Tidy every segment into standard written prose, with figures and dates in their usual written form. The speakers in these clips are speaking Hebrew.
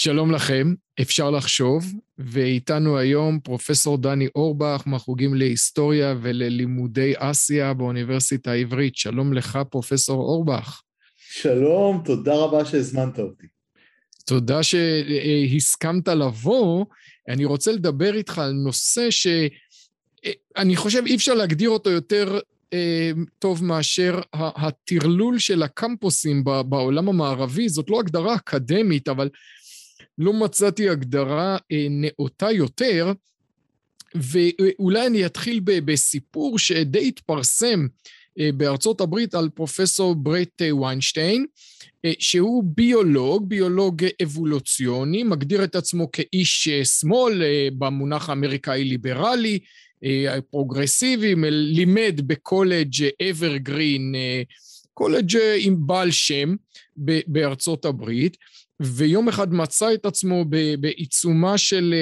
שלום לכם, אפשר לחשוב, ואיתנו היום פרופסור דני אורבך מהחוגים להיסטוריה וללימודי אסיה באוניברסיטה העברית. שלום לך פרופסור אורבך. שלום, תודה רבה שהזמנת אותי. תודה שהסכמת לבוא. אני רוצה לדבר איתך על נושא שאני חושב אי אפשר להגדיר אותו יותר טוב מאשר הטרלול של הקמפוסים בעולם המערבי. זאת לא הגדרה אקדמית, אבל לא מצאתי הגדרה נאותה יותר, ואולי אני אתחיל בסיפור שדי התפרסם בארצות הברית על פרופסור ברט ויינשטיין, שהוא ביולוג אבולוציוני, מגדיר את עצמו כאיש שמאל במונח האמריקאי ליברלי, פרוגרסיבי, לימד בקולג' אברגרין, קולג' עם בעל שם בארצות הברית, ויום אחד מצא את עצמו בעיצומה של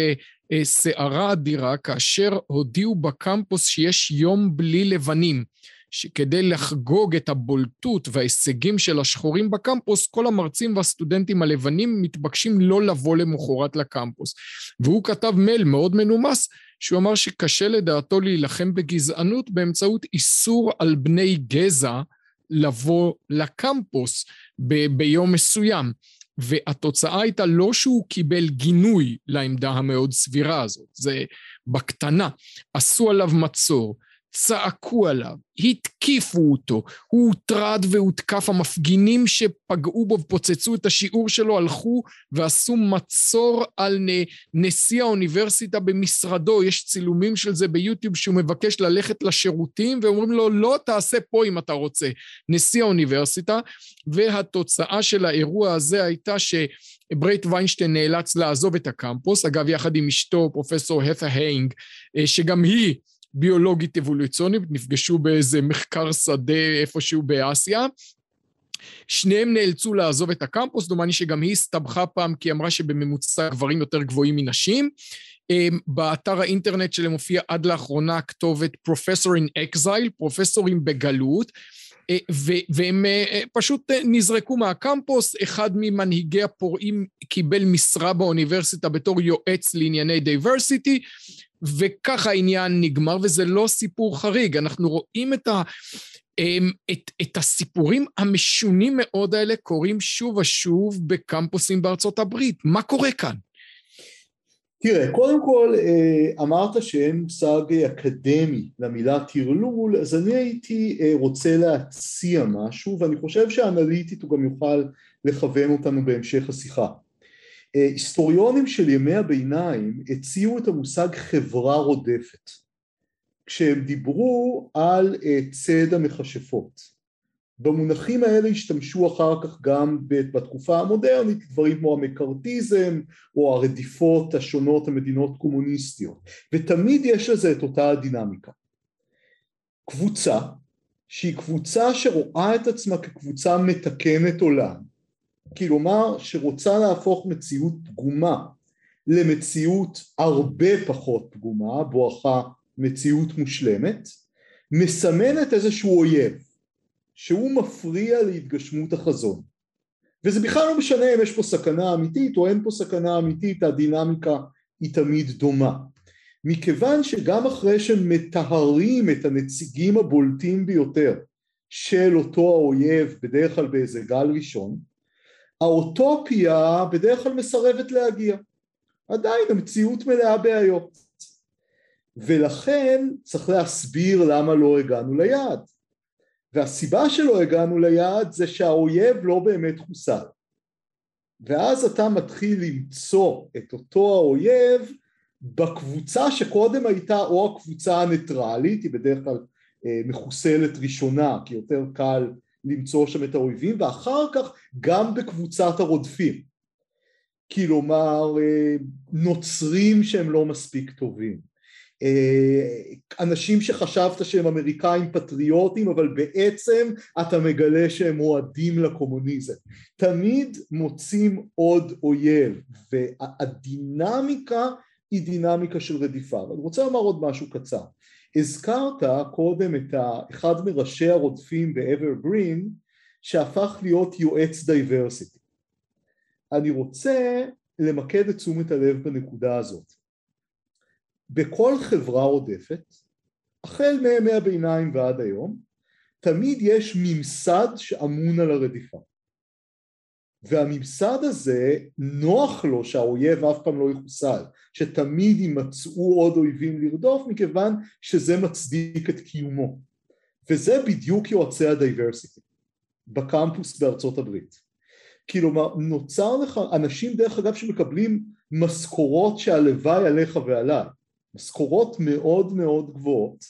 סערה אדירה, כאשר הודיעו בקמפוס שיש יום בלי לבנים, שכדי לחגוג את הבולטות וההישגים של השחורים בקמפוס, כל המרצים והסטודנטים הלבנים מתבקשים לא לבוא למחרת לקמפוס. והוא כתב מייל מאוד מנומס, שהוא אמר שקשה לדעתו להילחם בגזענות באמצעות איסור על בני גזע לבוא לקמפוס ביום מסוים. והתוצאה הייתה לא שהוא קיבל גינוי לעמדה המאוד סבירה הזאת, זה בקטנה, עשו עליו מצור, צעקו עליו, התקיפו אותו, הוא הוטרד והותקף, המפגינים שפגעו בו ופוצצו את השיעור שלו הלכו ועשו מצור על נשיא האוניברסיטה במשרדו, יש צילומים של זה ביוטיוב שהוא מבקש ללכת לשירותים ואומרים לו לא תעשה פה אם אתה רוצה, נשיא האוניברסיטה, והתוצאה של האירוע הזה הייתה שברט ויינשטיין נאלץ לעזוב את הקמפוס, אגב יחד עם אשתו פרופסור התה היינג, שגם היא ביולוגית אבולוציונית, נפגשו באיזה מחקר שדה איפשהו באסיה, שניהם נאלצו לעזוב את הקמפוס, דומני שגם היא הסתבכה פעם, כי אמרה שבממוצע גברים יותר גבוהים מנשים, באתר האינטרנט שלהם מופיע עד לאחרונה כתובת Professor in Exile, פרופסורים בגלות, והם פשוט נזרקו מהקמפוס, אחד ממנהיגי הפורעים קיבל משרה באוניברסיטה בתור יועץ לענייני דייברסיטי, וככה העניין נגמר, וזה לא סיפור חריג, אנחנו רואים את הסיפורים המשונים מאוד האלה קורים שוב ושוב בקמפוסים בארצות הברית. מה קורה כאן? תראה, קודם כל אמרת שאין מושג אקדמי למילה טרלול, אז אני הייתי רוצה להציע משהו, ואני חושב שהאנליטית הוא גם יוכל לכוון אותנו בהמשך השיחה. היסטוריונים של ימי הביניים הציעו את המושג חברה רודפת, כשהם דיברו על צד המכשפות. במונחים האלה השתמשו אחר כך גם בתקופה המודרנית, דברים כמו המקארתיזם או הרדיפות השונות המדינות קומוניסטיות, ותמיד יש לזה את אותה הדינמיקה. קבוצה, שהיא קבוצה שרואה את עצמה כקבוצה מתקנת עולם, כלומר שרוצה להפוך מציאות פגומה למציאות הרבה פחות פגומה, בואכה מציאות מושלמת, מסמנת איזשהו אויב, שהוא מפריע להתגשמות החזון. וזה בכלל לא משנה אם יש פה סכנה אמיתית או אין פה סכנה אמיתית, הדינמיקה היא תמיד דומה. מכיוון שגם אחרי שמטהרים את הנציגים הבולטים ביותר של אותו האויב, בדרך כלל באיזה גל ראשון, האוטופיה בדרך כלל מסרבת להגיע. עדיין המציאות מלאה בעיות. ולכן צריך להסביר למה לא הגענו ליעד. והסיבה שלא הגענו ליעד זה שהאויב לא באמת חוסל. ואז אתה מתחיל למצוא את אותו האויב בקבוצה שקודם הייתה או הקבוצה הניטרלית, היא בדרך כלל מחוסלת ראשונה, כי יותר קל למצוא שם את האויבים, ואחר כך גם בקבוצת הרודפים. כלומר, נוצרים שהם לא מספיק טובים. אנשים שחשבת שהם אמריקאים פטריוטים, אבל בעצם אתה מגלה שהם מועדים לקומוניזם. תמיד מוצאים עוד אויב, והדינמיקה היא דינמיקה של רדיפה. ואני רוצה לומר עוד משהו קצר. הזכרת קודם את אחד מראשי הרודפים באברגרין, שהפך להיות יועץ דייברסיטי. אני רוצה למקד את תשומת הלב בנקודה הזאת. בכל חברה עודפת, החל מימי הביניים ועד היום, תמיד יש ממסד שאמון על הרדיפה. והממסד הזה נוח לו שהאויב אף פעם לא יחוסל, שתמיד יימצאו עוד אויבים לרדוף, מכיוון שזה מצדיק את קיומו. וזה בדיוק יועצי הדייברסיטי, בקמפוס בארצות הברית. כלומר, נוצר לך אנשים דרך אגב שמקבלים משכורות שהלוואי עליך ועליי, משכורות מאוד מאוד גבוהות,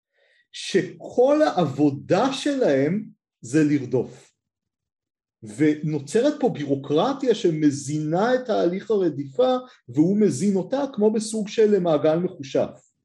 שכל העבודה שלהם זה לרדוף. ונוצרת פה בירוקרטיה שמזינה את תהליך הרדיפה, והוא מזין אותה כמו בסוג של מעגל מחושב.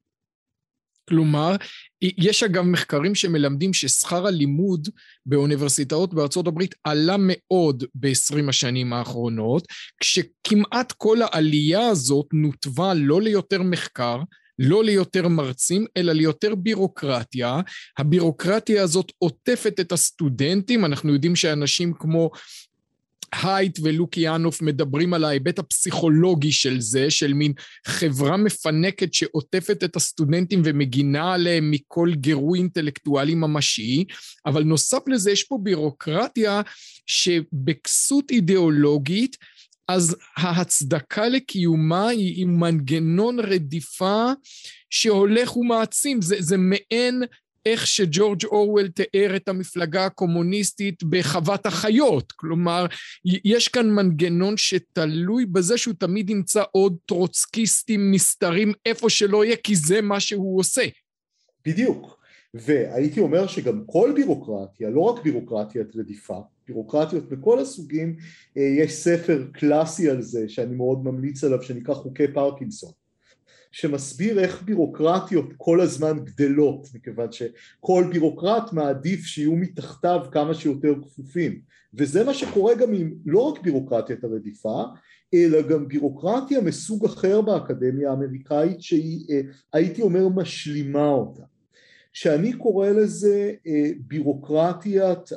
כלומר, יש אגב מחקרים שמלמדים ששכר הלימוד באוניברסיטאות בארצות הברית עלה מאוד ב-20 השנים האחרונות, כשכמעט כל העלייה הזאת נותבה לא ליותר מחקר, לא ליותר מרצים, אלא ליותר בירוקרטיה. הבירוקרטיה הזאת עוטפת את הסטודנטים, אנחנו יודעים שאנשים כמו הייט ולוקיאנוף מדברים על ההיבט הפסיכולוגי של זה, של מין חברה מפנקת שעוטפת את הסטודנטים ומגינה עליהם מכל גירוי אינטלקטואלי ממשי, אבל נוסף לזה יש פה בירוקרטיה שבכסות אידיאולוגית, אז ההצדקה לקיומה היא מנגנון רדיפה שהולך ומעצים, זה מעין איך שג'ורג' אורוול תיאר את המפלגה הקומוניסטית בחוות החיות, כלומר יש כאן מנגנון שתלוי בזה שהוא תמיד ימצא עוד טרוצקיסטים נסתרים איפה שלא יהיה, כי זה מה שהוא עושה. בדיוק, והייתי אומר שגם כל בירוקרטיה, לא רק בירוקרטיית רדיפה, בירוקרטיות בכל הסוגים, יש ספר קלאסי על זה שאני מאוד ממליץ עליו שנקרא חוקי פרקינסון, שמסביר איך בירוקרטיות כל הזמן גדלות, מכיוון שכל בירוקרט מעדיף שיהיו מתחתיו כמה שיותר כפופים, וזה מה שקורה גם עם לא רק בירוקרטיית הרדיפה, אלא גם בירוקרטיה מסוג אחר באקדמיה האמריקאית שהיא, הייתי אומר, משלימה אותה, שאני קורא לזה בירוקרטיית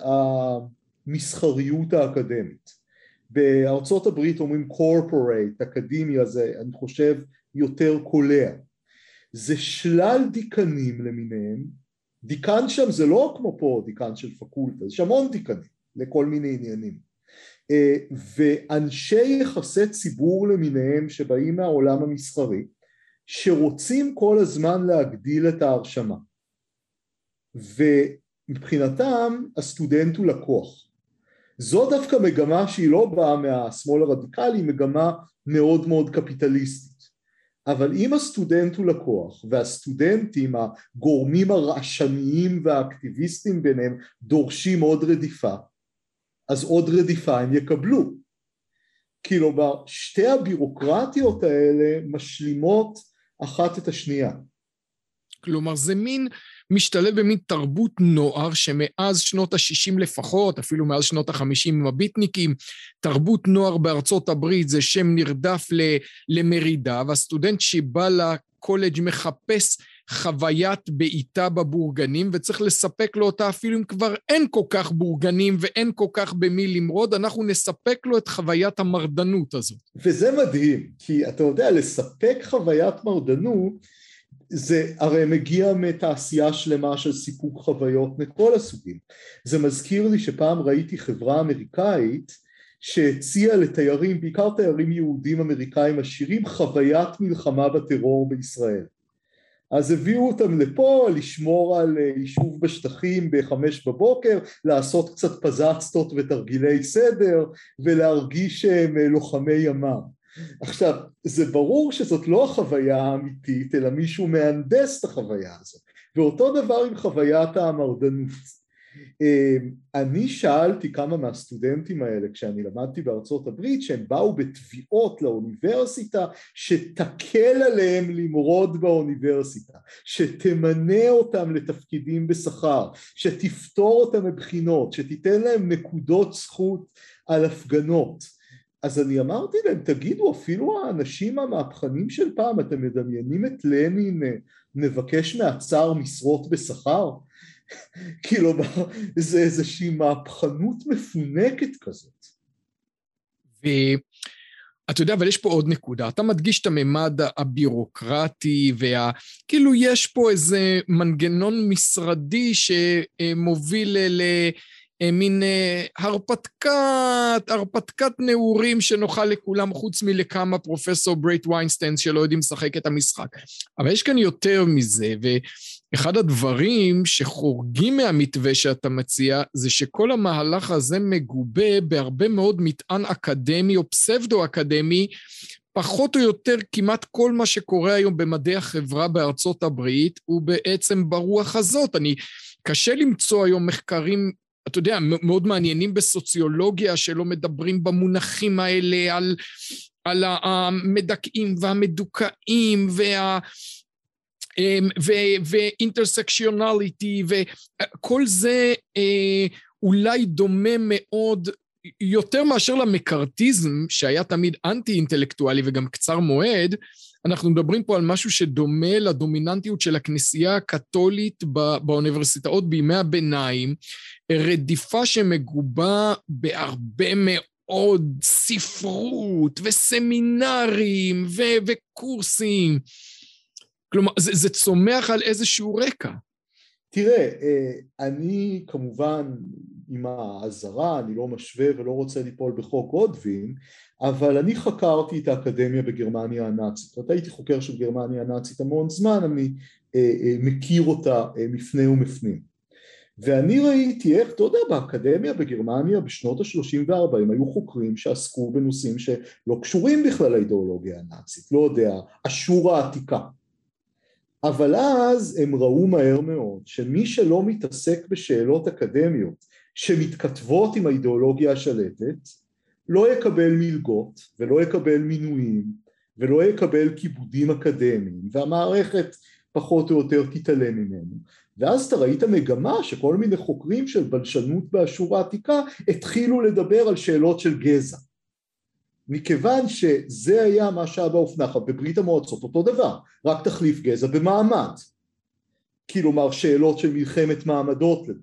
המסחריות האקדמית. בארצות הברית אומרים corporate, אקדמיה זה, אני חושב, יותר קולע. זה שלל דיקנים למיניהם, דיקן שם זה לא כמו פה דיקן של פקולטה, יש המון דיקנים לכל מיני עניינים. ואנשי יחסי ציבור למיניהם שבאים מהעולם המסחרי, שרוצים כל הזמן להגדיל את ההרשמה. ומבחינתם הסטודנט הוא לקוח. זו דווקא מגמה שהיא לא באה מהשמאל הרדיקלי, מגמה מאוד מאוד קפיטליסטית. אבל אם הסטודנט הוא לקוח, והסטודנטים, הגורמים הרעשניים והאקטיביסטים ביניהם, דורשים עוד רדיפה, אז עוד רדיפה הם יקבלו. כלומר, שתי הבירוקרטיות האלה משלימות אחת את השנייה. כלומר, זה מין משתלב במין תרבות נוער שמאז שנות ה-60 לפחות, אפילו מאז שנות ה-50 עם הביטניקים, תרבות נוער בארצות הברית זה שם נרדף למרידה, והסטודנט שבא לקולג' מחפש חוויית בעיטה בבורגנים, וצריך לספק לו אותה אפילו אם כבר אין כל כך בורגנים ואין כל כך במי למרוד, אנחנו נספק לו את חוויית המרדנות הזאת. וזה מדהים, כי אתה יודע, לספק חוויית מרדנות, זה הרי מגיע מתעשייה שלמה של סיפוק חוויות מכל הסוגים. זה מזכיר לי שפעם ראיתי חברה אמריקאית שהציעה לתיירים, בעיקר תיירים יהודים אמריקאים עשירים, חוויית מלחמה בטרור בישראל. אז הביאו אותם לפה לשמור על יישוב בשטחים ב-5 בבוקר, לעשות קצת פזצתות ותרגילי סדר ולהרגיש שהם לוחמי ימ"מ. עכשיו, זה ברור שזאת לא החוויה האמיתית, אלא מישהו מהנדס את החוויה הזאת. ואותו דבר עם חוויית המרדנות. אני שאלתי כמה מהסטודנטים האלה, כשאני למדתי בארצות הברית, שהם באו בתביעות לאוניברסיטה, שתקל עליהם למרוד באוניברסיטה, שתמנה אותם לתפקידים בשכר, שתפתור אותם מבחינות, שתיתן להם נקודות זכות על הפגנות. אז אני אמרתי להם, תגידו, אפילו האנשים המהפכנים של פעם, אתם מדמיינים את לנין נבקש מהצאר משרות בשכר? כאילו, זה איזושהי מהפכנות מפונקת כזאת. אתה יודע, אבל יש פה עוד נקודה. אתה מדגיש את הממד הבירוקרטי, כאילו יש פה איזה מנגנון משרדי שמוביל למין הרפתקת נעורים שנוכל לכולם, חוץ מלכמה פרופסור ברייט ויינסטיין שלא יודעים לשחק את המשחק. אבל יש כאן יותר מזה, אחד הדברים שחורגים מהמתווה שאתה מציע, זה שכל המהלך הזה מגובה בהרבה מאוד מטען אקדמי או פסבדו-אקדמי, פחות או יותר כמעט כל מה שקורה היום במדעי החברה בארצות הברית, הוא בעצם ברוח הזאת. קשה למצוא היום מחקרים, אתה יודע, מאוד מעניינים בסוציולוגיה, שלא מדברים במונחים האלה, על המדכאים והמדוכאים ואינטרסקשיונליטי, וכל זה אולי דומה מאוד, יותר מאשר למקארתיזם, שהיה תמיד אנטי-אינטלקטואלי וגם קצר מועד. אנחנו מדברים פה על משהו שדומה לדומיננטיות של הכנסייה הקתולית באוניברסיטאות בימי הביניים, רדיפה שמגובה בהרבה מאוד ספרות וסמינרים וקורסים. כלומר, זה צומח על איזשהו רקע. תראה, אני כמובן עם העזרה, אני לא משווה ולא רוצה ליפול בחוק גודווין, אבל אני חקרתי את האקדמיה בגרמניה הנאצית. ואתה הייתי חוקר של גרמניה הנאצית המון זמן, אני מכיר אותה מפני ומפנים. ואני ראיתי איך, אתה יודע, באקדמיה בגרמניה בשנות ה-30 וה-40 היו חוקרים שעסקו בנושאים שלא קשורים בכלל לאידיאולוגיה הנאצית, לא יודע, אשור העתיקה. אבל אז הם ראו מהר מאוד שמי שלא מתעסק בשאלות אקדמיות שמתכתבות עם האידיאולוגיה השלטת, לא יקבל מלגות ולא יקבל מינויים ולא יקבל כיבודים אקדמיים, והמערכת פחות או יותר תתעלם ממנו. ואז אתה ראית מגמה שכל מיני חוקרים של בלשנות באשור העתיקה התחילו לדבר על שאלות של גזע. מכיוון שזה היה מה שהיה באופנה, בברית המועצות אותו דבר, רק תחליף גזע במעמד. כלומר שאלות של מלחמת מעמדות לדבר.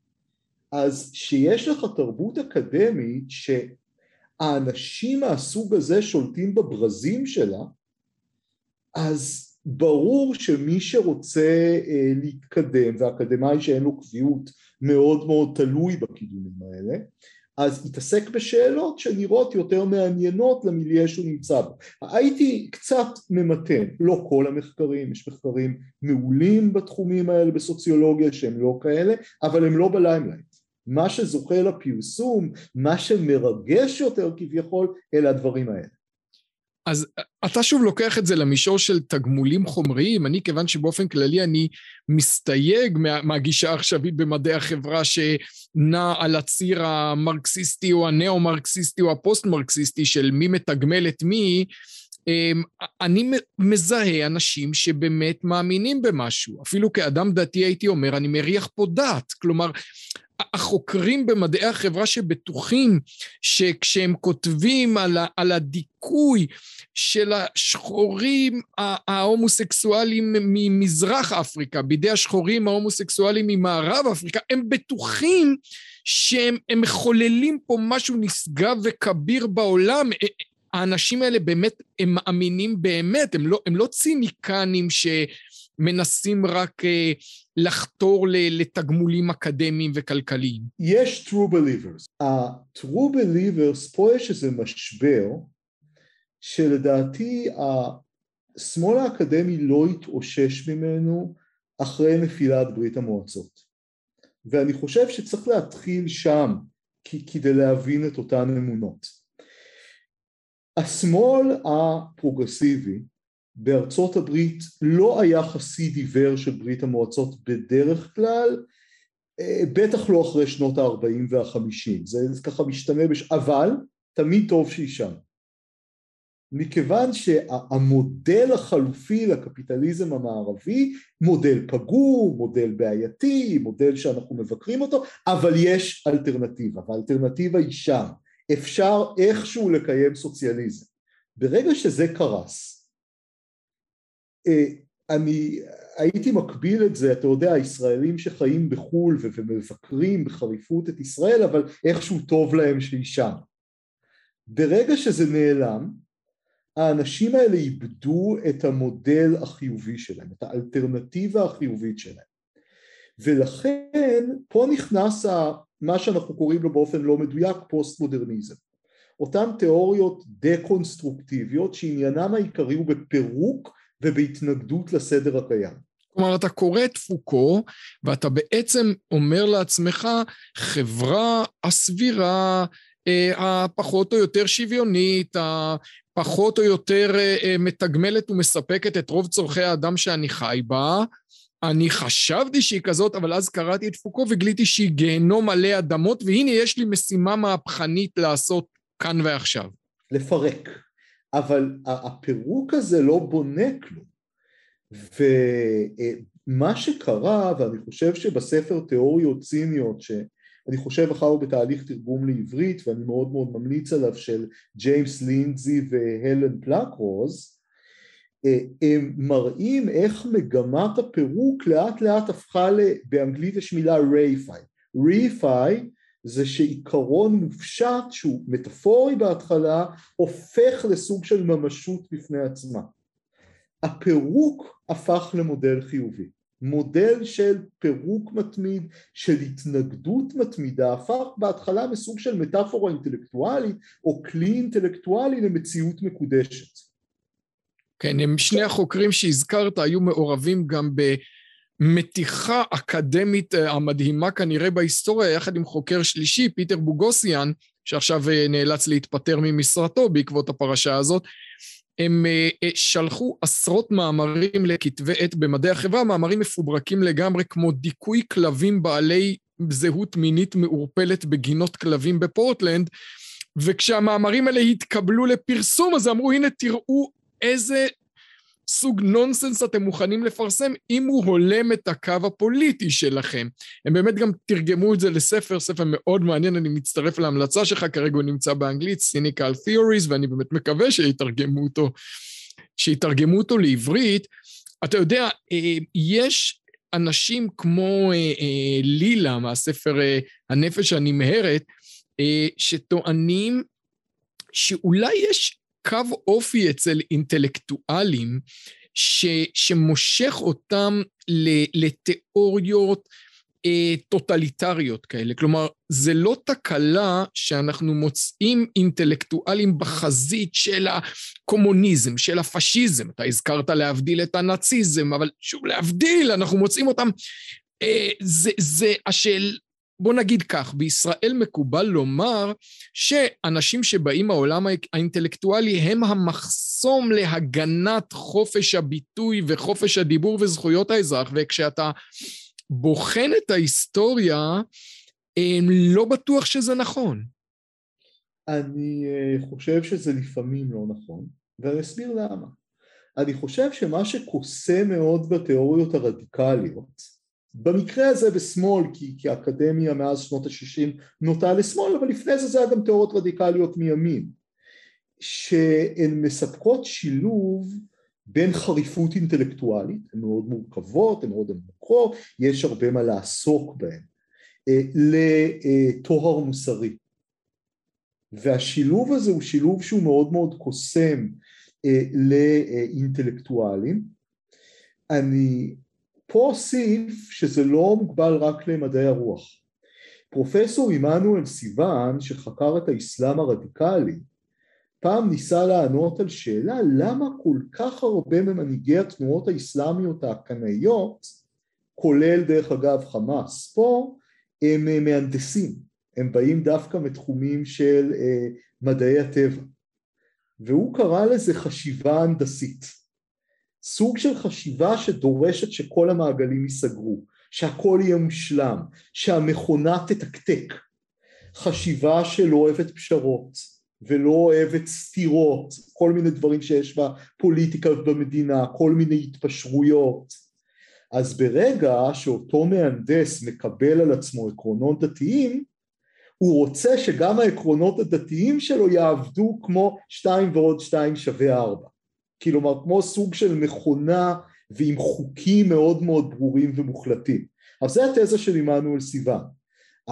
אז שיש לך תרבות אקדמית שהאנשים מהסוג הזה שולטים בברזים שלה, אז ברור שמי שרוצה להתקדם, והאקדמאי שאין לו קביעות מאוד מאוד תלוי בקידומים האלה, אז התעסק בשאלות שנראות יותר מעניינות למיליה שהוא נמצא בו. הייתי קצת ממתן, לא כל המחקרים, יש מחקרים מעולים בתחומים האלה בסוציולוגיה שהם לא כאלה, אבל הם לא בליימלייט. מה שזוכה לפרסום, מה שמרגש יותר כביכול, אלה הדברים האלה. אז אתה שוב לוקח את זה למישור של תגמולים חומריים. אני, כיוון שבאופן כללי אני מסתייג מהגישה העכשווית במדעי החברה שנע על הציר המרקסיסטי או הנאו-מרקסיסטי או הפוסט-מרקסיסטי של מי מתגמל את מי, אני מזהה אנשים שבאמת מאמינים במשהו. אפילו כאדם דתי הייתי אומר, אני מריח פה דת. כלומר, החוקרים במדעי החברה שבטוחים שכשהם כותבים על הדיכוי של השחורים ההומוסקסואלים ממזרח אפריקה, בידי השחורים ההומוסקסואלים ממערב אפריקה, הם בטוחים שהם מחוללים פה משהו נשגב וכביר בעולם. האנשים האלה באמת, הם מאמינים באמת, הם לא ציניקנים שמנסים רק לחתור לתגמולים אקדמיים וכלכליים. יש true believers. ה-true believers, פה יש איזה משבר, שלדעתי השמאל האקדמי לא התאושש ממנו אחרי נפילת ברית המועצות. ואני חושב שצריך להתחיל שם, כדי להבין את אותן אמונות. השמאל הפרוגרסיבי בארצות הברית לא היה חסיד עיוור של ברית המועצות בדרך כלל, בטח לא אחרי שנות ה-40 וה-50, זה ככה משתנה, אבל תמיד טוב שישם. מכיוון שהמודל החלופי לקפיטליזם המערבי, מודל פגום, מודל בעייתי, מודל שאנחנו מבקרים אותו, אבל יש אלטרנטיבה, והאלטרנטיבה היא שם. אפשר איכשהו לקיים סוציאליזם. ברגע שזה קרס, אני הייתי מקביל את זה, אתה יודע, הישראלים שחיים בחול ומבקרים בחריפות את ישראל, אבל איכשהו טוב להם שהיא שם. ברגע שזה נעלם, האנשים האלה איבדו את המודל החיובי שלהם, את האלטרנטיבה החיובית שלהם. ולכן פה נכנס מה שאנחנו קוראים לו באופן לא מדויק פוסט-מודרניזם. אותן תיאוריות דקונסטרוקטיביות שעניינם העיקרי הוא בפירוק ובהתנגדות לסדר הקיים. כלומר, אתה קורא את פוקו, ואתה בעצם אומר לעצמך, חברה הסבירה, הפחות או יותר שוויונית, הפחות או יותר מתגמלת ומספקת את רוב צורכי האדם שאני חי בה, אני חשבתי שהיא כזאת, אבל אז קראתי את פוקו וגיליתי שהיא גיהנום מלא אדמות, והנה יש לי משימה מהפכנית לעשות כאן ועכשיו. לפרק. אבל הפירוק הזה לא בונה כלום. ומה שקרה, ואני חושב שבספר תיאוריות ציניות, שאני חושב אחר בתהליך תרגום לעברית, ואני מאוד מאוד ממליץ עליו, של ג'יימס לינדזי והלן פלקרוז, הם מראים איך מגמת הפירוק לאט לאט הפכה, באנגלית יש מילה רייפיי. רייפיי זה שעיקרון מופשט שהוא מטאפורי בהתחלה, הופך לסוג של ממשות בפני עצמה. הפירוק הפך למודל חיובי. מודל של פירוק מתמיד, של התנגדות מתמידה, הפך בהתחלה מסוג של מטאפורה אינטלקטואלית, או כלי אינטלקטואלי למציאות מקודשת. כן, הם שני החוקרים שהזכרת היו מעורבים גם במתיחה אקדמית המדהימה כנראה בהיסטוריה, יחד עם חוקר שלישי, פיטר בוגוסיאן, שעכשיו נאלץ להתפטר ממשרתו בעקבות הפרשה הזאת. הם שלחו עשרות מאמרים לכתבי עת במדעי החברה, מאמרים מפוברקים לגמרי, כמו דיכוי כלבים בעלי זהות מינית מעורפלת בגינות כלבים בפורטלנד, וכשהמאמרים האלה התקבלו לפרסום, אז אמרו, הנה תראו איזה סוג נונסנס אתם מוכנים לפרסם, אם הוא הולם את הקו הפוליטי שלכם. הם באמת גם תרגמו את זה לספר, ספר מאוד מעניין, אני מצטרף להמלצה שלך, כרגע הוא נמצא באנגלית, Cynical Theories, ואני באמת מקווה שיתרגמו אותו לעברית. אתה יודע, יש אנשים כמו לילה, מהספר הנפש הנמהרת, שטוענים שאולי יש קו אופי אצל אינטלקטואלים שמושך אותם לתיאוריות טוטליטריות כאלה. כלומר, זה לא תקלה שאנחנו מוצאים אינטלקטואלים בחזית של הקומוניזם, של הפשיזם. אתה הזכרת להבדיל את הנאציזם, אבל שוב להבדיל, אנחנו מוצאים אותם. זה השאל... בוא נגיד כך, בישראל מקובל לומר שאנשים שבאים מהעולם האינטלקטואלי הם המחסום להגנת חופש הביטוי וחופש הדיבור וזכויות האזרח, וכשאתה בוחן את ההיסטוריה, לא בטוח שזה נכון. אני חושב שזה לפעמים לא נכון, ואני אסביר למה. אני חושב שמה שקוסם מאוד בתיאוריות הרדיקליות, במקרה הזה בשמאל, כי האקדמיה מאז שנות ה-60 נוטה לשמאל, אבל לפני זה היה גם תיאוריות רדיקליות מימין, שהן מספקות שילוב בין חריפות אינטלקטואלית, הן מאוד מורכבות, הן מאוד עמוקות, יש הרבה מה לעסוק בהן, לטוהר מוסרי. והשילוב הזה הוא שילוב שהוא מאוד מאוד קוסם לאינטלקטואלים. אני פה אוסיף שזה לא מוגבל רק למדעי הרוח. פרופסור עמנואל סיוון, שחקר את האסלאם הרדיקלי, פעם ניסה לענות על שאלה למה כל כך הרבה ממנהיגי התנועות האסלאמיות הקנאיות, כולל דרך אגב חמאס פה, הם מהנדסים, הם באים דווקא מתחומים של מדעי הטבע, והוא קרא לזה חשיבה הנדסית. סוג של חשיבה שדורשת שכל המעגלים ייסגרו, שהכל יהיה מושלם, שהמכונה תתקתק, חשיבה שלא אוהבת פשרות, ולא אוהבת סתירות, כל מיני דברים שיש בפוליטיקה ובמדינה, כל מיני התפשרויות. אז ברגע שאותו מהנדס מקבל על עצמו עקרונות דתיים, הוא רוצה שגם העקרונות הדתיים שלו יעבדו כמו 2 ועוד 2 שווה 4. כלומר, כמו סוג של מכונה ועם חוקים מאוד מאוד ברורים ומוחלטים. אז זה התזה של עמנואל סיוון.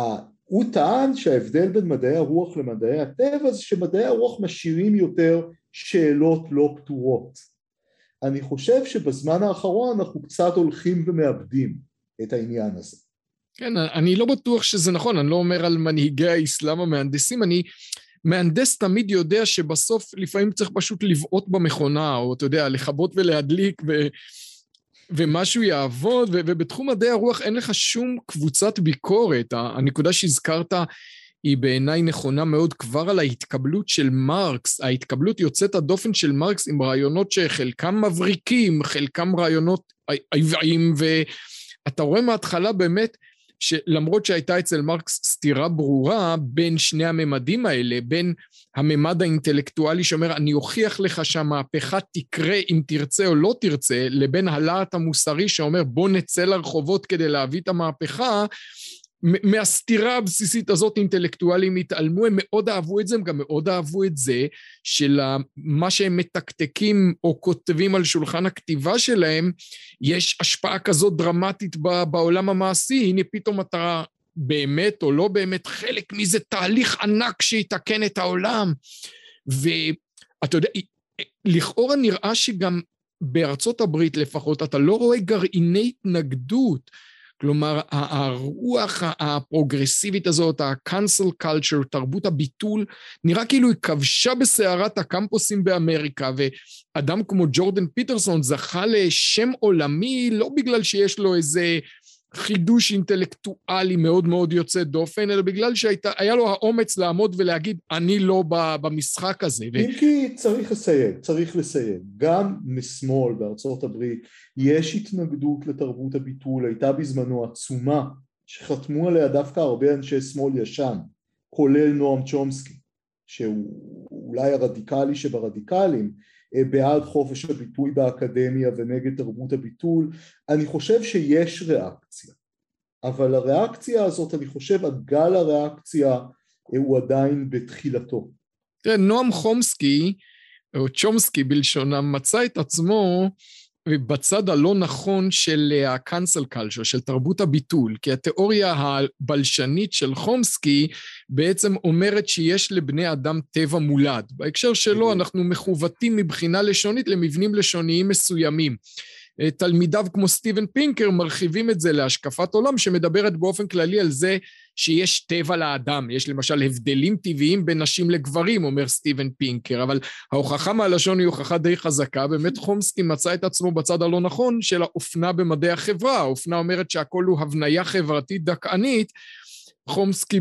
הוא טען שההבדל בין מדעי הרוח למדעי הטבע זה שמדעי הרוח משאירים יותר שאלות לא פתורות. אני חושב שבזמן האחרון אנחנו קצת הולכים ומאבדים את העניין הזה. כן, אני לא בטוח שזה נכון, אני לא אומר על מנהיגי האסלאם המהנדסים, מהנדס תמיד יודע שבסוף לפעמים צריך פשוט לבעוט במכונה, או אתה יודע, לכבות ולהדליק ומשהו יעבוד, ובתחום מדעי הרוח אין לך שום קבוצת ביקורת. הנקודה שהזכרת היא בעיניי נכונה מאוד כבר על ההתקבלות של מרקס, ההתקבלות יוצאת הדופן של מרקס עם רעיונות שחלקם מבריקים, חלקם רעיונות עיוועים, ואתה רואה מההתחלה באמת שלמרות שהייתה אצל מרקס סתירה ברורה בין שני הממדים האלה, בין הממד האינטלקטואלי שאומר אני אוכיח לך שהמהפכה תקרה אם תרצה או לא תרצה, לבין הלהט המוסרי שאומר בוא נצא לרחובות כדי להביא את המהפכה, מהסתירה הבסיסית הזאת אינטלקטואלים התעלמו, הם מאוד אהבו את זה, הם גם מאוד אהבו את זה, של מה שהם מתקתקים או כותבים על שולחן הכתיבה שלהם, יש השפעה כזאת דרמטית בעולם המעשי, הנה פתאום אתה באמת או לא באמת חלק מזה תהליך ענק שיתקן את העולם, ואתה יודע, לכאורה נראה שגם בארצות הברית לפחות, אתה לא רואה גרעיני התנגדות, כלומר, הרוח הפרוגרסיבית הזאת, ה-cancel culture, תרבות הביטול, נראה כאילו היא כבשה בסערת הקמפוסים באמריקה, ואדם כמו ג'ורדן פיטרסון זכה לשם עולמי, לא בגלל שיש לו איזה חידוש אינטלקטואלי מאוד מאוד יוצא דופן, אלא בגלל שהיה לו האומץ לעמוד ולהגיד, אני לא במשחק הזה. אם כי צריך לסיים. גם משמאל בארצות הברית יש התנגדות לתרבות הביטול, הייתה בזמנו עצומה, שחתמו עליה דווקא הרבה אנשי שמאל ישן, כולל נועם צ'ומסקי, שהוא אולי הרדיקלי שברדיקלים, בעד חופש הביטוי באקדמיה ונגד תרבות הביטול. אני חושב שיש ריאקציה, אבל הריאקציה הזאת, אני חושב, הגל הריאקציה הוא עדיין בתחילתו. תראה, נועם חומסקי, או צ'ומסקי בלשונם, מצא את עצמו בצד הלא נכון של ה-cancel culture, של תרבות הביטול, כי התיאוריה הבלשנית של חומסקי בעצם אומרת שיש לבני אדם טבע מולד. בהקשר שלו אנחנו מכוותים מבחינה לשונית למבנים לשוניים מסוימים. תלמידיו כמו סטיבן פינקר מרחיבים את זה להשקפת עולם שמדברת באופן כללי על זה שיש טבע לאדם, יש למשל הבדלים טבעיים בין נשים לגברים, אומר סטיבן פינקר, אבל ההוכחה מהלשון היא הוכחה די חזקה, באמת חומסקי מצא את עצמו בצד הלא נכון של האופנה במדעי החברה, האופנה אומרת שהכל הוא הבניה חברתית דכאנית, חומסקי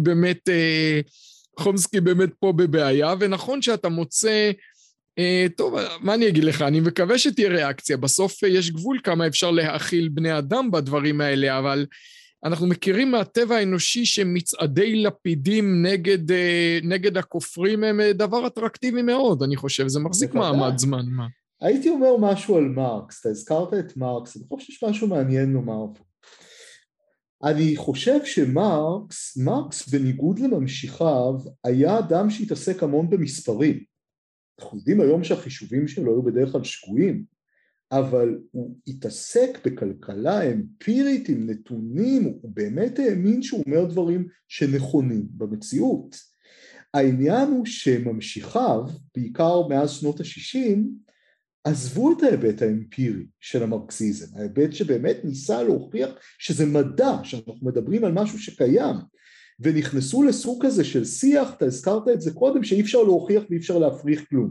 באמת פה בבעיה, ונכון שאתה מוצא, טוב, מה אני אגיד לך, אני מקווה שתהיה ריאקציה, בסוף יש גבול כמה אפשר להאכיל בני אדם בדברים האלה, אבל אנחנו מכירים מהטבע האנושי שמצעדי לפידים נגד הכופרים הם דבר אטרקטיבי מאוד, אני חושב, זה מחזיק מעמד זמן. מה? הייתי אומר משהו על מרקס, אתה הזכרת את מרקס, אני חושב שיש משהו מעניין לומר פה. אני חושב שמרקס בניגוד לממשיכיו, היה אדם שהתעסק המון במספרים. אנחנו יודעים היום שהחישובים שלו היו בדרך כלל שגויים, אבל הוא התעסק בכלכלה אמפירית עם נתונים, הוא באמת האמין שהוא אומר דברים שנכונים במציאות. העניין הוא שממשיכיו, בעיקר מאז שנות ה-60, עזבו את ההיבט האמפירי של המרקסיזם, ההיבט שבאמת ניסה להוכיח שזה מדע, שאנחנו מדברים על משהו שקיים, ונכנסו לסוג כזה של שיח, אתה הזכרת את זה קודם, שאי אפשר להוכיח ואי אפשר להפריך כלום.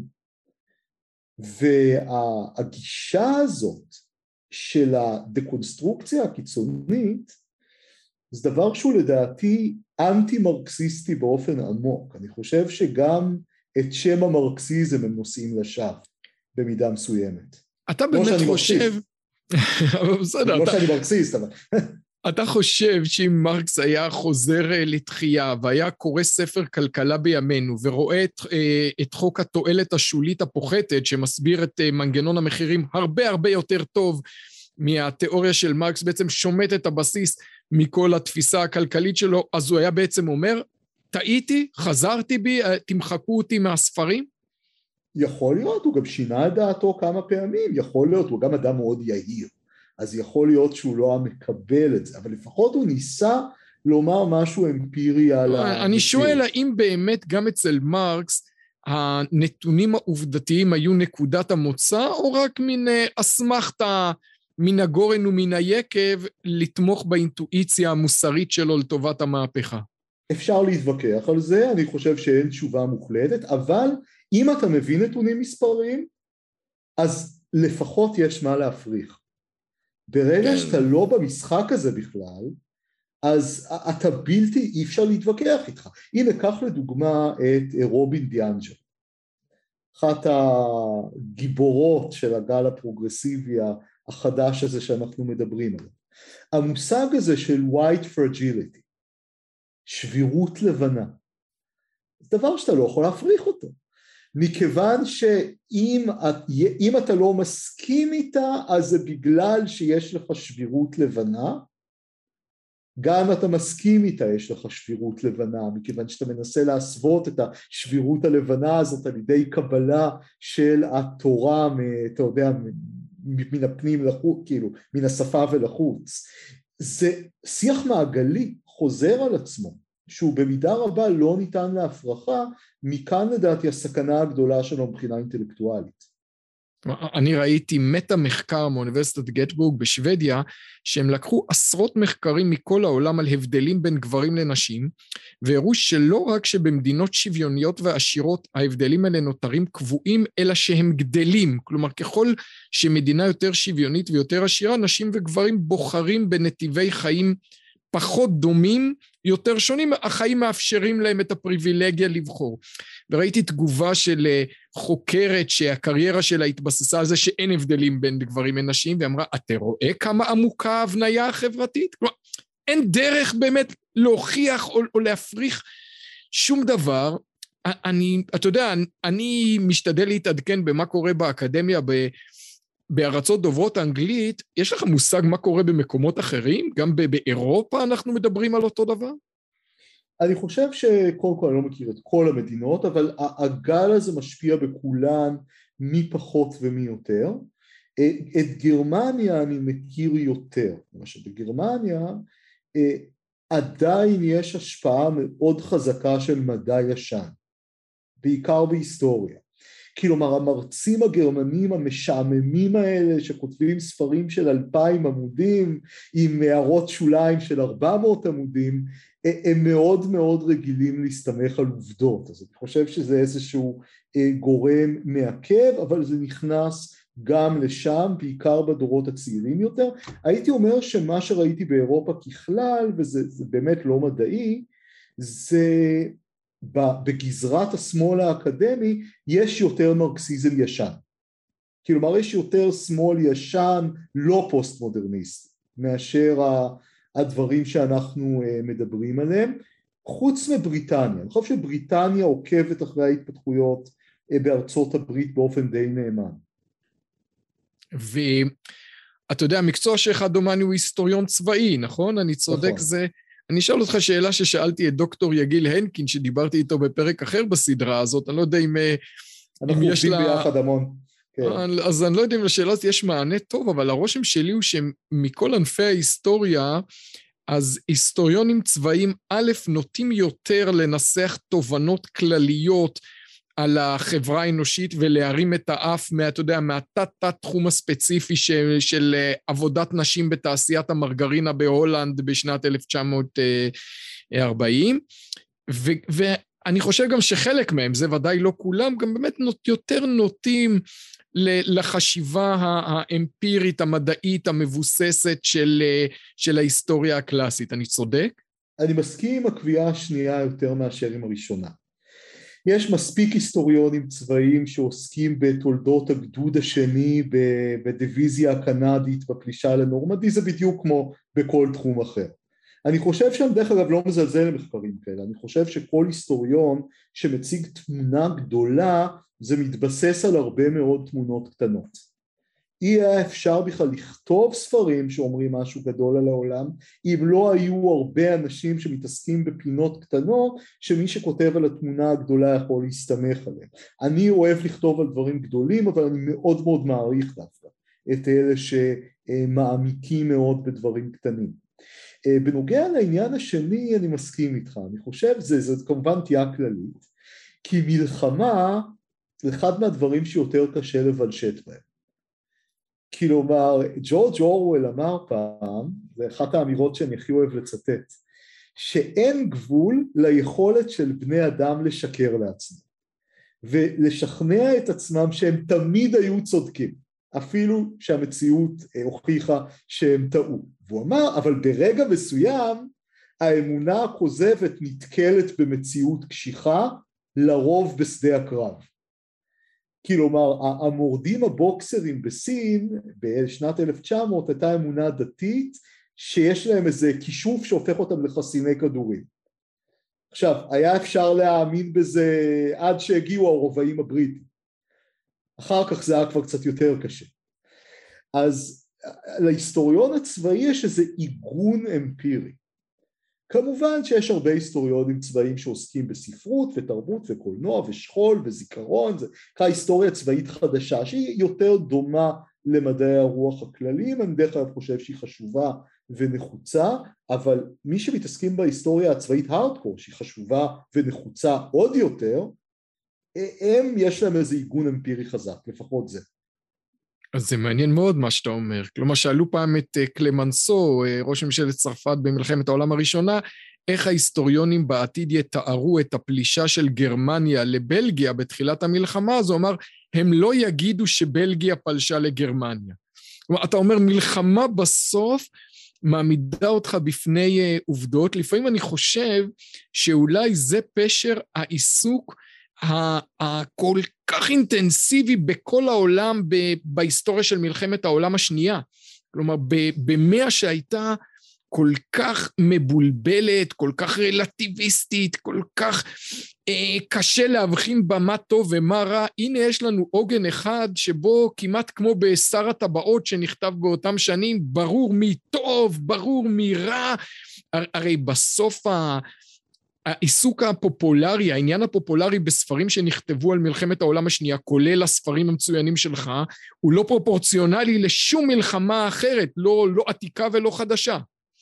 והגישה הזאת של הדקונסטרוקציה הקיצונית, זה דבר שהוא לדעתי אנטי-מרקסיסטי באופן עמוק. אני חושב שגם את שם המרקסיזם הם נושאים לשווא, במידה מסוימת. אתה באמת חושב... לא שאני מרקסיסט, אבל... אתה חושב שאם מרקס היה חוזר לתחייה והיה קורא ספר כלכלה בימינו ורואה את חוק התועלת השולית הפוחתת שמסביר את מנגנון המחירים הרבה הרבה יותר טוב מהתיאוריה של מרקס, בעצם שומט את הבסיס מכל התפיסה הכלכלית שלו, אז הוא היה בעצם אומר, טעיתי, חזרתי בי, תמחקו אותי מהספרים? יכול להיות, הוא גם שינה את דעתו כמה פעמים, יכול להיות, הוא גם אדם מאוד יהיר. אז יכול להיות שהוא לא מקבל את זה, אבל לפחות הוא ניסה לומר משהו אמפירי על אני שואל האם באמת גם אצל מרקס הנתונים העובדתיים היו נקודת המוצא, או רק מין אסמכתה מן הגורן ומן היקב לתמוך באינטואיציה המוסרית שלו לטובת המהפכה? אפשר להתווכח על זה, אני חושב שאין תשובה מוחלטת, אבל אם אתה מבין נתונים מספריים, אז לפחות יש מה להפריך. ברגע שאתה לא במשחק הזה בכלל, אז אתה אי אפשר להתווכח איתך. הנה, קח לדוגמה את רובין דיאנג'לו, אחת הגיבורות של הגל הפרוגרסיבי החדש הזה שאנחנו מדברים עליו. המושג הזה של white fragility, שבירות לבנה, זה דבר שאתה לא יכול להפריך אותו, מכיוון שאם אתה לא מסכים איתה, אז זה בגלל שיש לך שבירות לבנה, גם אתה מסכים איתה יש לך שבירות לבנה, מכיוון שאתה מנסה להסוות את השבירות הלבנה הזאת על ידי קבלה של התורה, אתה יודע, מן הפנים לחוץ, כאילו, מן השפה ולחוץ. זה שיח מעגלי, חוזר על עצמו, שהוא במידה רבה לא ניתן להפרחה, מכאן לדעתי הסכנה הגדולה שלו מבחינה אינטלקטואלית. אני ראיתי מטה מחקר מאוניברסיטת גטבורג בשוודיה, שהם לקחו עשרות מחקרים מכל העולם על הבדלים בין גברים לנשים, והראו שלא רק שבמדינות שוויוניות ועשירות ההבדלים האלה נותרים קבועים, אלא שהם גדלים. כלומר, ככל שמדינה יותר שוויונית ויותר עשירה, נשים וגברים בוחרים בנתיבי חיים פחות דומים, יותר שונים, החיים מאפשרים להם את הפריבילגיה לבחור. וראיתי תגובה של חוקרת שהקריירה שלה התבססה על זה שאין הבדלים בין גברים ונשים, ואמרה, אתה רואה כמה עמוקה ההבניה החברתית? כלומר, אין דרך באמת להוכיח או להפריך שום דבר. אתה יודע, אני משתדל להתעדכן במה קורה באקדמיה, בארצות דוברות האנגלית. יש לך מושג מה קורה במקומות אחרים? גם באירופה אנחנו מדברים על אותו דבר? אני חושב שקודם כל אני לא מכיר את כל המדינות, אבל הגל הזה משפיע בכולן מי פחות ומי יותר. את גרמניה אני מכיר יותר, למשל בגרמניה עדיין יש השפעה מאוד חזקה של מדע ישן, בעיקר בהיסטוריה. כלומר, המרצים הגרמנים המשעממים האלה שכותבים ספרים של 2,000 עמודים עם הערות שוליים של 400 עמודים, הם מאוד מאוד רגילים להסתמך על עובדות. אז אני חושב שזה איזשהו גורם מעכב, אבל זה נכנס גם לשם, בעיקר בדורות הצעירים יותר. הייתי אומר שמה שראיתי באירופה ככלל, וזה באמת לא מדעי, זה בגזרת השמאל האקדמי יש יותר מרקסיזם ישן. כלומר, יש יותר שמאל ישן, לא פוסט-מודרניסטי, מאשר הדברים שאנחנו מדברים עליהם, חוץ מבריטניה. אני חושב שבריטניה עוקבת אחרי ההתפתחויות בארצות הברית באופן די נאמן. ואתה יודע, המקצוע שלך דומני הוא היסטוריון צבאי, נכון? אני צודק, נכון. זה... אני אשאל אותך שאלה ששאלתי את דוקטור יגיל הנקין, שדיברתי איתו בפרק אחר בסדרה הזאת, אני לא יודע אם אנחנו עובדים ביחד המון. כן. אז אני לא יודע אם לשאלה הזאת יש מענה טוב, אבל הרושם שלי הוא שמכל ענפי ההיסטוריה, אז היסטוריונים צבאיים א' נוטים יותר לנסח תובנות כלליות על החברה האנושית ולהרים את האף אתה יודע, מהתת תחום הספציפי של עבודת נשים בתעשיית המרגרינה בהולנד בשנת 1940, ואני חושב גם שחלק מהם, זה ודאי לא כולם, גם באמת יותר נוטים לחשיבה האמפירית, המדעית, המבוססת של ההיסטוריה הקלאסית. אני צודק? אני מסכים עם הקביעה השנייה יותר מאשר עם הראשונה. יש מספיק היסטוריונים צבאיים שעוסקים בתולדות הגדוד השני בדיוויזיה הקנדית בפלישה לנורמנדי, זה בדיוק כמו בכל תחום אחר. אני חושב שאני דרך אגב לא מזלזל למחקרים כאלה, אני חושב שכל היסטוריון שמציג תמונה גדולה, זה מתבסס על הרבה מאוד תמונות קטנות. אי אפשר בכלל לכתוב ספרים שאומרים משהו גדול על העולם, אם לא היו הרבה אנשים שמתעסקים בפינות קטנות, שמי שכותב על התמונה הגדולה יכול להסתמך עליהם. אני אוהב לכתוב על דברים גדולים, אבל אני מאוד מאוד מעריך דווקא את אלה שמעמיקים מאוד בדברים קטנים. בנוגע לעניין השני, אני מסכים איתך, אני חושב, זה כמובן תהיה כללית, כי מלחמה זה אחד מהדברים שיותר קשה לבלשת בהם. כלומר, ג'ורג' אורוול אמר פעם, זה אחת האמירות שאני הכי אוהב לצטט, שאין גבול ליכולת של בני אדם לשקר לעצמם, ולשכנע את עצמם שהם תמיד היו צודקים, אפילו שהמציאות הוכיחה שהם טעו. והוא אמר, אבל ברגע מסוים, האמונה הכוזבת נתקלת במציאות קשיחה, לרוב בשדה הקרב. כלומר, המורדים הבוקסרים בסין, בשנת 1900, הייתה אמונה דתית, שיש להם איזה כישוף שהופך אותם לחסיני כדורים. עכשיו, היה אפשר להאמין בזה עד שהגיעו הרובעים הבריטים. אחר כך זה היה כבר קצת יותר קשה. אז להיסטוריון הצבאי יש איזה עיגון אמפירי. כמובן שיש הרבה היסטוריונים צבאיים שעוסקים בספרות ותרבות וקולנוע ושכול וזיכרון, זה נקרא היסטוריה צבאית חדשה שהיא יותר דומה למדעי הרוח הכלליים, אני דרך כלל חושב שהיא חשובה ונחוצה, אבל מי שמתעסקים בהיסטוריה הצבאית הארדקור שהיא חשובה ונחוצה עוד יותר, יש להם איזה עיגון אמפירי חזק, לפחות זה. אז זה מעניין מאוד מה שאתה אומר. כלומר, שאלו פעם את קלמנסו, ראש ממשלת צרפת במלחמת העולם הראשונה, איך ההיסטוריונים בעתיד יתארו את הפלישה של גרמניה לבלגיה בתחילת המלחמה, אז הוא אמר, הם לא יגידו שבלגיה פלשה לגרמניה. כלומר, אתה אומר, מלחמה בסוף מעמידה אותך בפני עובדות, לפעמים אני חושב שאולי זה פשר העיסוק הכל כך אינטנסיבי בכל העולם בהיסטוריה של מלחמת העולם השנייה. כלומר, במאה שהייתה כל כך מבולבלת, כל כך רלטיביסטית, כל כך קשה להבחין במה טוב ומה רע, הנה יש לנו עוגן אחד שבו כמעט כמו בשר הטבעות שנכתב באותם שנים, ברור מי טוב, ברור מי רע, הרי בסוף העיסוק הפופולרי, העניין הפופולרי בספרים שנכתבו על מלחמת העולם השנייה, כולל הספרים המצוינים שלך, הוא לא פרופורציונלי לשום מלחמה אחרת, לא עתיקה ולא חדשה.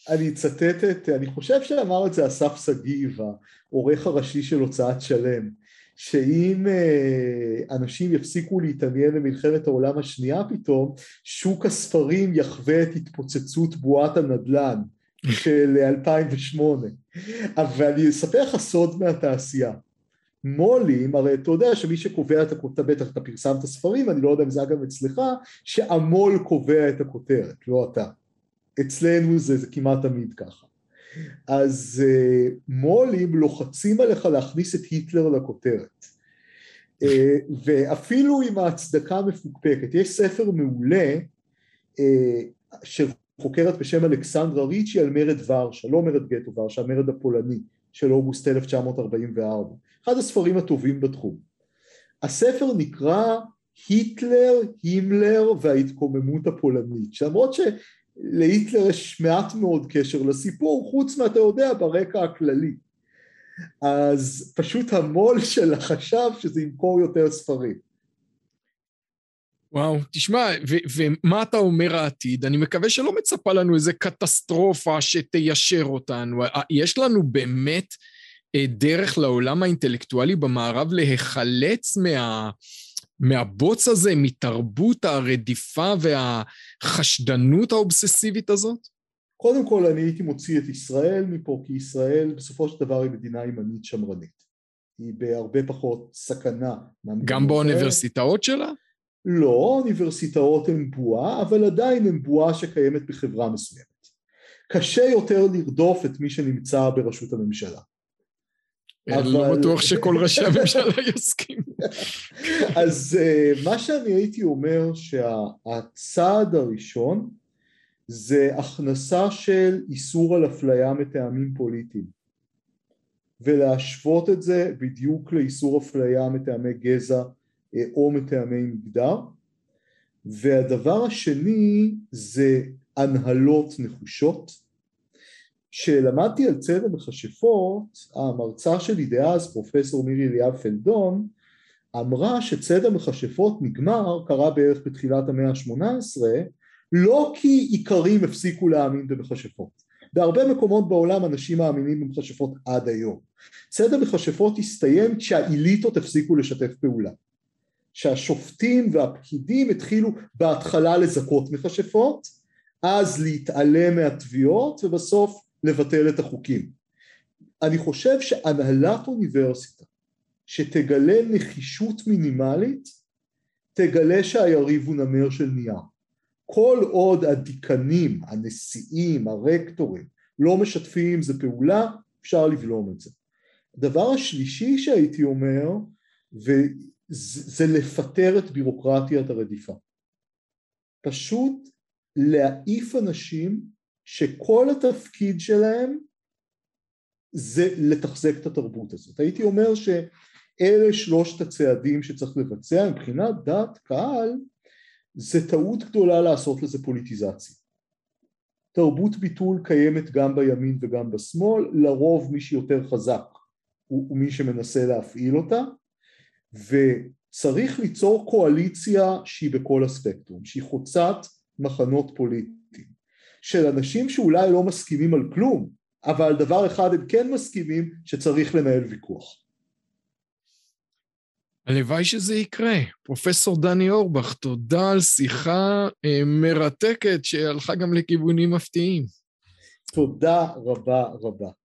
אני חושב שאמר את זה אסף שגיב, העורך הראשי של הוצאת שלם, שאם אנשים יפסיקו להתעניין במלחמת העולם השנייה פתאום, שוק הספרים יחווה את התפוצצות בועת הנדל"ן של 2008. אבל אני אספר לך סוד מהתעשייה. מולים, הרי אתה יודע שמי שקובע את הכותרת, בטח אתה פרסמת ספרים, אני לא יודע אם זה גם אצלך, שהמול קובע את הכותרת, לא אתה. אצלנו זה כמעט תמיד ככה. אז מולים לוחצים עליך להכניס את היטלר לכותרת. ואפילו עם ההצדקה המפוקפקת, יש ספר מעולה של חוקרת בשם אלכסנדרה ריצ'י על מרד ורשה, לא מרד גטו ורשה, המרד הפולני של אוגוסט 1944. אחד הספרים הטובים בתחום. הספר נקרא היטלר, הימלר וההתקוממות הפולנית, שלמרות שלהיטלר יש מעט מאוד קשר לסיפור, חוץ מה אתה יודע ברקע הכללי. אז פשוט המול שלה חשב שזה ימכור יותר ספרים. וואו, תשמע, ומה אתה אומר העתיד? אני מקווה שלא מצפה לנו איזה קטסטרופה שתיישר אותנו. יש לנו באמת דרך לעולם האינטלקטואלי במערב להיחלץ מהבוץ הזה, מתרבות הרדיפה והחשדנות האובססיבית הזאת? קודם כל אני הייתי מוציא את ישראל מפה, כי ישראל בסופו של דבר היא מדינה ימנית שמרנית. היא בהרבה פחות סכנה. גם באוניברסיטאות שלה? לא, האוניברסיטאות הן בועה, אבל עדיין הן בועה שקיימת בחברה מסוימת. קשה יותר לרדוף את מי שנמצא בראשות הממשלה. לא בטוח שכל ראשי הממשלה יסכימו. אז מה שאני הייתי אומר שהצעד הראשון זה הכנסה של איסור על אפליה מטעמים פוליטיים, ולהשוות את זה בדיוק לאיסור אפליה מטעמי גזע או מטעמי מגדר. והדבר השני זה הנהלות נחושות. כשלמדתי על ציד המכשפות, המרצה שלי דאז, פרופסור מירי אליאב פלדון, אמרה שציד המכשפות נגמר, קרה בערך בתחילת המאה ה-18, לא כי עיקרים הפסיקו להאמין במכשפות, בהרבה מקומות בעולם אנשים מאמינים במכשפות עד היום. ציד המכשפות הסתיים כשהאליטות הפסיקו לשתף פעולה. שהשופטים והפקידים התחילו בהתחלה לזכות מכשפות, אז להתעלם מהתביעות ובסוף לבטל את החוקים. אני חושב שהנהלת אוניברסיטה שתגלה נחישות מינימלית, תגלה שהיריב הוא נמר של נייר. כל עוד הדיקנים, הנשיאים, הרקטורים, לא משתפים עם זה פעולה, אפשר לבלום את זה. הדבר השלישי שהייתי אומר, זה לפטר את בירוקרטיית הרדיפה. פשוט להעיף אנשים שכל התפקיד שלהם זה לתחזק את התרבות הזאת. הייתי אומר שאלה שלושת הצעדים שצריך לבצע, מבחינת דעת קהל, זה טעות גדולה לעשות לזה פוליטיזציה. תרבות ביטול קיימת גם בימין וגם בשמאל, לרוב מי שיותר חזק הוא מי שמנסה להפעיל אותה, וצריך ליצור קואליציה שהיא בכל הספקטרום, שהיא חוצת מחנות פוליטיים, של אנשים שאולי לא מסכימים על כלום, אבל על דבר אחד הם כן מסכימים שצריך לנהל ויכוח. הלוואי שזה יקרה. פרופסור דני אורבך, תודה על שיחה מרתקת שהלכה גם לכיוונים מפתיעים. תודה רבה רבה.